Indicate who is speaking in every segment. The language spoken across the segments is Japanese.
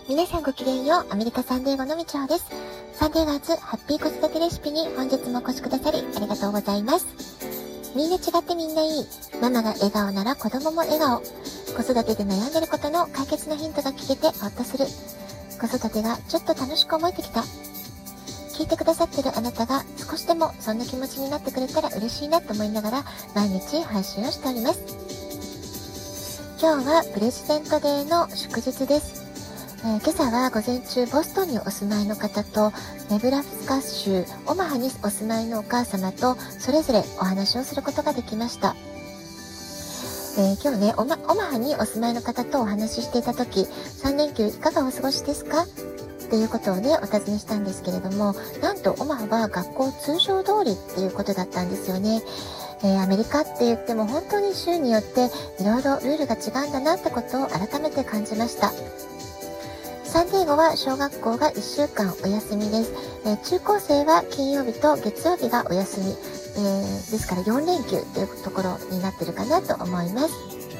Speaker 1: 皆さんごきげんよう。アメリカサンデーゴのみちょうです。サンデーガーズハッピー子育てレシピに本日もお越しくださりありがとうございます。みんな違ってみんないい。ママが笑顔なら子供も笑顔。子育てで悩んでることの解決のヒントが聞けてほっとする。子育てがちょっと楽しく思えてきた。聞いてくださってるあなたが少しでもそんな気持ちになってくれたら嬉しいなと思いながら毎日配信をしております。今日はプレジデントデーの祝日です。今朝は午前中ボストンにお住まいの方とネブラスカ州オマハにお住まいのお母様とそれぞれお話をすることができました。今日ねオマハにお住まいの方とお話ししていた時、3連休いかがお過ごしですかっていうことをねお尋ねしたんですけれども、なんとオマハは学校通常通りっていうことだったんですよね。アメリカって言っても本当に州によっていろいろルールが違うんだなってことを改めて感じました。サンディエゴは小学校が1週間お休みです。中高生は金曜日と月曜日がお休み、ですから4連休というところになってるかなと思います。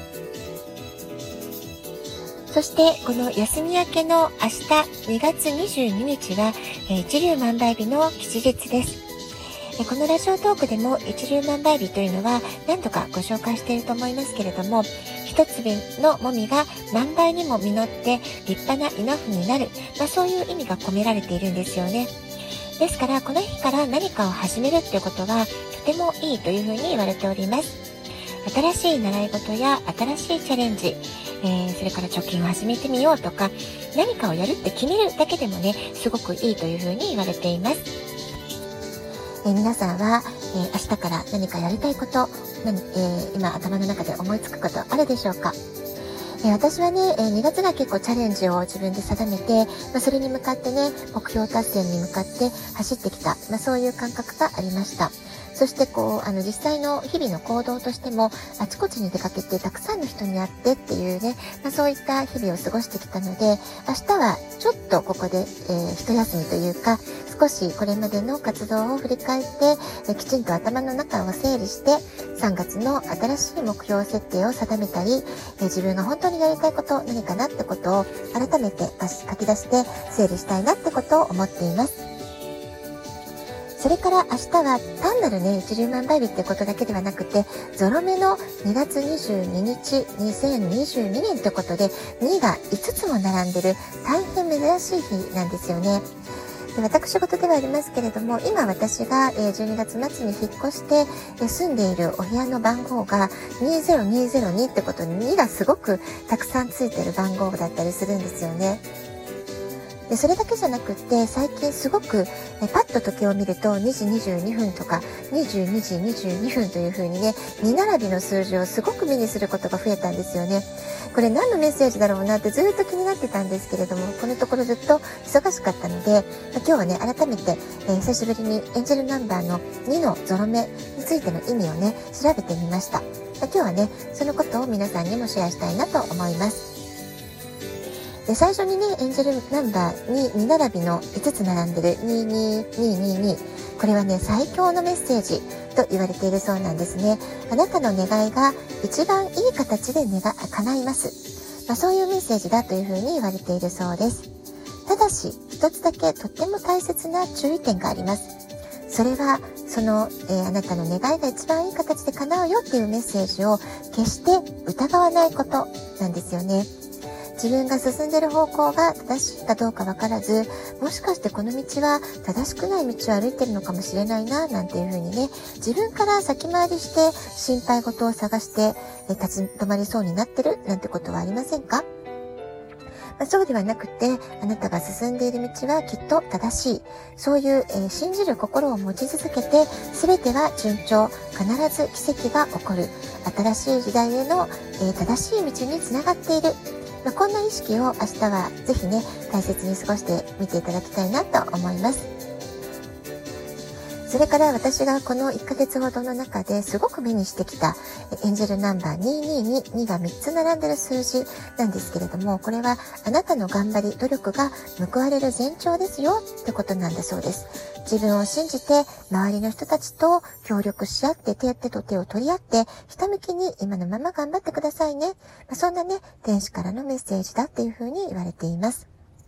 Speaker 1: そしてこの休み明けの明日2月22日は、一粒万倍日の吉日です。このラジオトークでも一粒万倍日というのは何度かご紹介していると思いますけれども、一粒のもみが万倍にも実って立派な稲穂になる、そういう意味が込められているんですよね。ですからこの日から何かを始めるっていうことはとてもいいというふうに言われております。新しい習い事や新しいチャレンジ、それから貯金を始めてみようとか、何かをやるって決めるだけでもねすごくいいというふうに言われています。皆さんは、明日から何かやりたいこと、今頭の中で思いつくことあるでしょうか。私はね、2月が結構チャレンジを自分で定めて、それに向かってね、目標達成に向かって走ってきた、そういう感覚がありました。そして実際の日々の行動としてもあちこちに出かけてたくさんの人に会ってっていうね、そういった日々を過ごしてきたので、明日はちょっとここで、一休みというか、少しこれまでの活動を振り返って、きちんと頭の中を整理して3月の新しい目標設定を定めたり、自分が本当にやりたいこと何かなってことを改めて書き出して整理したいなってことを思っています。それから明日は単なるね一粒万倍日ってことだけではなくて、ゾロ目の2月22日2022年ということで2が5つも並んでる大変珍しい日なんですよね。で、私事ではありますけれども、今私が12月末に引っ越して住んでいるお部屋の番号が20202ってことに2がすごくたくさんついてる番号だったりするんですよね。でそれだけじゃなくって最近すごくパッと時計を見ると2時22分とか22時22分という風にね2並びの数字をすごく目にすることが増えたんですよね。これ何のメッセージだろうなってずっと気になってたんですけれども、このところずっと忙しかったので、今日はね改めて、久しぶりにエンジェルナンバーの2のゾロ目についての意味をね調べてみました。今日はねそのことを皆さんにもシェアしたいなと思います。で最初にねエンジェルナンバーに2並びの5つ並んでる22222、これはね最強のメッセージと言われているそうなんですね。あなたの願いが一番いい形で叶います、そういうメッセージだというふうに言われているそうです。ただし一つだけとっても大切な注意点があります。それはその、あなたの願いが一番いい形で叶うよっていうメッセージを決して疑わないことなんですよね。自分が進んでいる方向が正しいかどうかわからず、もしかしてこの道は正しくない道を歩いてるのかもしれないななんていう風にね、自分から先回りして心配事を探して立ち止まりそうになってるなんてことはありませんか？そうではなくて、あなたが進んでいる道はきっと正しい。そういう、信じる心を持ち続けて、全ては順調。必ず奇跡が起こる。新しい時代への、正しい道につながっている。こんな意識を明日はぜひね、大切に過ごしてみていただきたいなと思います。それから私がこの1ヶ月ほどの中ですごく目にしてきたエンジェルナンバー222が3つ並んでる数字なんですけれども、これはあなたの頑張り努力が報われる前兆ですよってことなんだそうです。自分を信じて周りの人たちと協力し合って手と手を取り合ってひたむきに今のまま頑張ってくださいね。そんなね天使からのメッセージだっていうふうに言われています。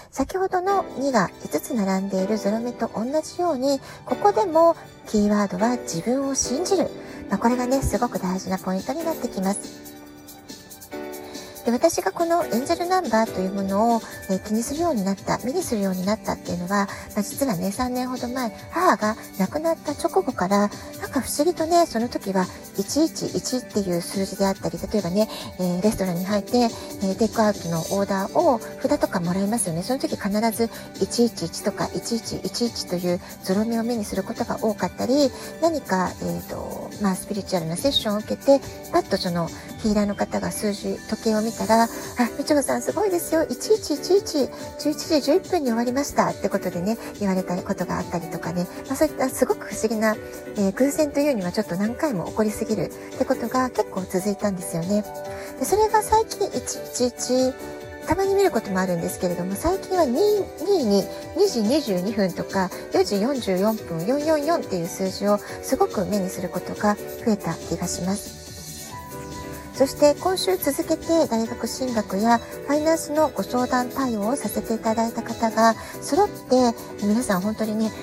Speaker 1: 先ほどの2が5つ並んでいるゾロ目と同じように、ここでもキーワードは自分を信じる。これがね、すごく大事なポイントになってきます。で、私がこのエンジェルナンバーというものを、気にするようになった、目にするようになったっていうのは、実はね、3年ほど前、母が亡くなった直後から、なんか不思議とね、その時は111っていう数字であったり、例えばね、レストランに入って、テイクアウトのオーダーを札とかもらいますよね。その時必ず111とか1111というゾロ目を目にすることが多かったり、何か、スピリチュアルなセッションを受けて、パッとそのヒーラーの方が数字、時計を見たら、みちほさんすごいですよ。1111、11時11分に終わりましたってことでね、言われたことがあったりとかね。そういったすごく不思議な、偶然というにはちょっと何回も起こりすぎるってことが結構続いたんですよね。で、それが最近111、たまに見ることもあるんですけれども、最近は2時22分とか4時44分444っていう数字をすごく目にすることが増えた気がします。そして今週続けて大学進学やファイナンスのご相談対応をさせていただいた方が揃って、皆さん本当にね、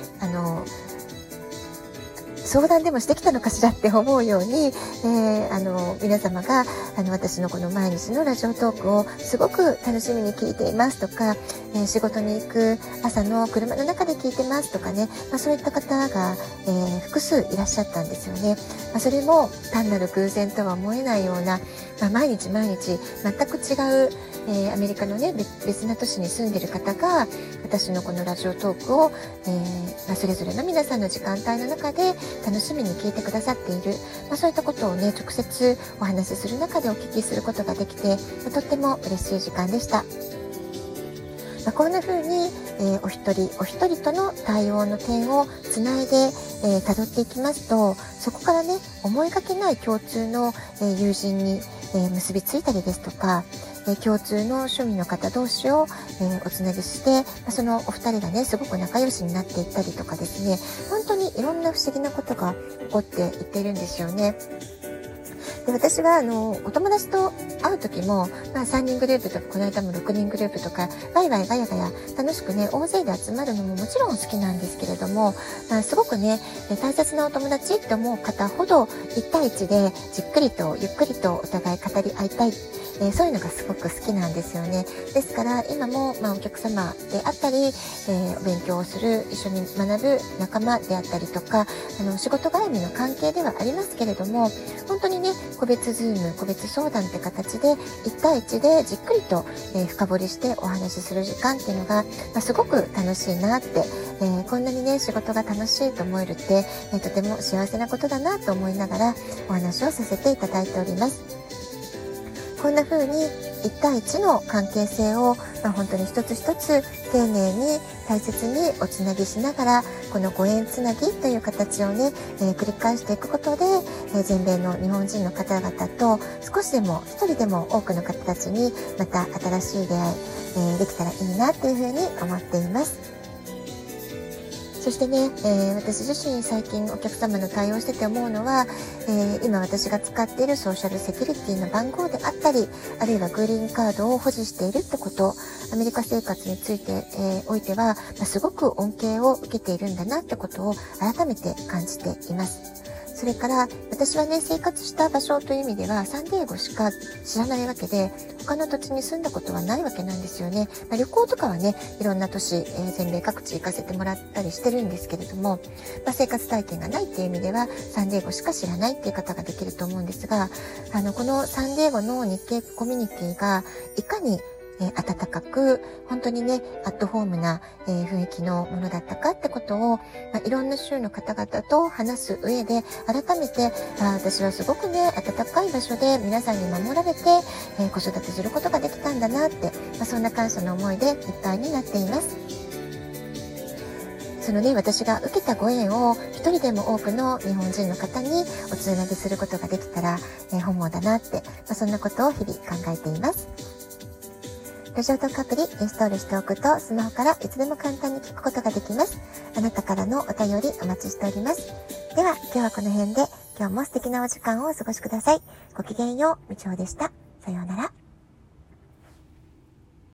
Speaker 1: 相談でもしてきたのかしらって思うように、皆様が私のこの毎日のラジオトークをすごく楽しみに聞いていますとか、仕事に行く朝の車の中で聞いてますとかね、そういった方が、複数いらっしゃったんですよね。それも単なる偶然とは思えないような、毎日全く違う、アメリカのね、別な都市に住んでいる方が私のこのラジオトークを、それぞれの皆さんの時間帯の中で楽しみに聞いてくださっている、そういったことをね、直接お話しする中でお聞きすることができて、とっても嬉しい時間でした。こんな風に、お一人お一人との対応の点をつないで、辿っていきますと、そこからね、思いがけない共通の、友人に、結びついたりですとか、共通の趣味の方同士を、おつなぎして、そのお二人がね、すごく仲良しになっていったりとかですね、本当にいろんな不思議なことが起こっていっているんですよね。で、私はお友達と会う時も、3人グループとか、この間も6人グループとか、ワイワイガヤガヤ楽しくね、大勢で集まるのももちろん好きなんですけれども、すごくね、大切なお友達って思う方ほど1対1でじっくりとゆっくりとお互い語り合いたい、そういうのがすごく好きなんですよね。ですから今も、お客様であったり、お勉強をする、一緒に学ぶ仲間であったりとか、仕事絡みの関係ではありますけれども、本当にね、個別ズーム、個別相談って形で1対1でじっくりと、深掘りしてお話しする時間っていうのが、すごく楽しいなって、こんなにね、仕事が楽しいと思えるって、とても幸せなことだなと思いながらお話をさせていただいております。こんな風に1対1の関係性を、本当に一つ一つ丁寧に大切におつなぎしながら、このご縁つなぎという形をね、繰り返していくことで、全米の日本人の方々と少しでも一人でも多くの方たちにまた新しい出会い、できたらいいなというふうに思っています。そしてね、私自身最近お客様の対応してて思うのは、今私が使っているソーシャルセキュリティの番号であったり、あるいはグリーンカードを保持しているってこと、アメリカ生活について、おいては、すごく恩恵を受けているんだなってことを改めて感じています。それから私はね、生活した場所という意味ではサンディエゴしか知らないわけで、他の土地に住んだことはないわけなんですよね。旅行とかはね、いろんな都市、全米各地行かせてもらったりしてるんですけれども、生活体験がないっていう意味ではサンディエゴしか知らないっていう方ができると思うんですが、このサンディエゴの日系コミュニティがいかに温かく、本当にね、アットホームな、雰囲気のものだったかってことを、いろんな州の方々と話す上で、改めて、私はすごくね、暖かい場所で皆さんに守られて、子育てすることができたんだなって、そんな感謝の思いでいっぱいになっています。そのね、私が受けたご縁を一人でも多くの日本人の方におつなぎすることができたら、本望だなって、そんなことを日々考えています。ラジオトークアプリインストールしておくと、スマホからいつでも簡単に聞くことができます。あなたからのお便りお待ちしております。では、今日はこの辺で、今日も素敵なお時間をお過ごしください。ごきげんよう、みちほでした。さようなら。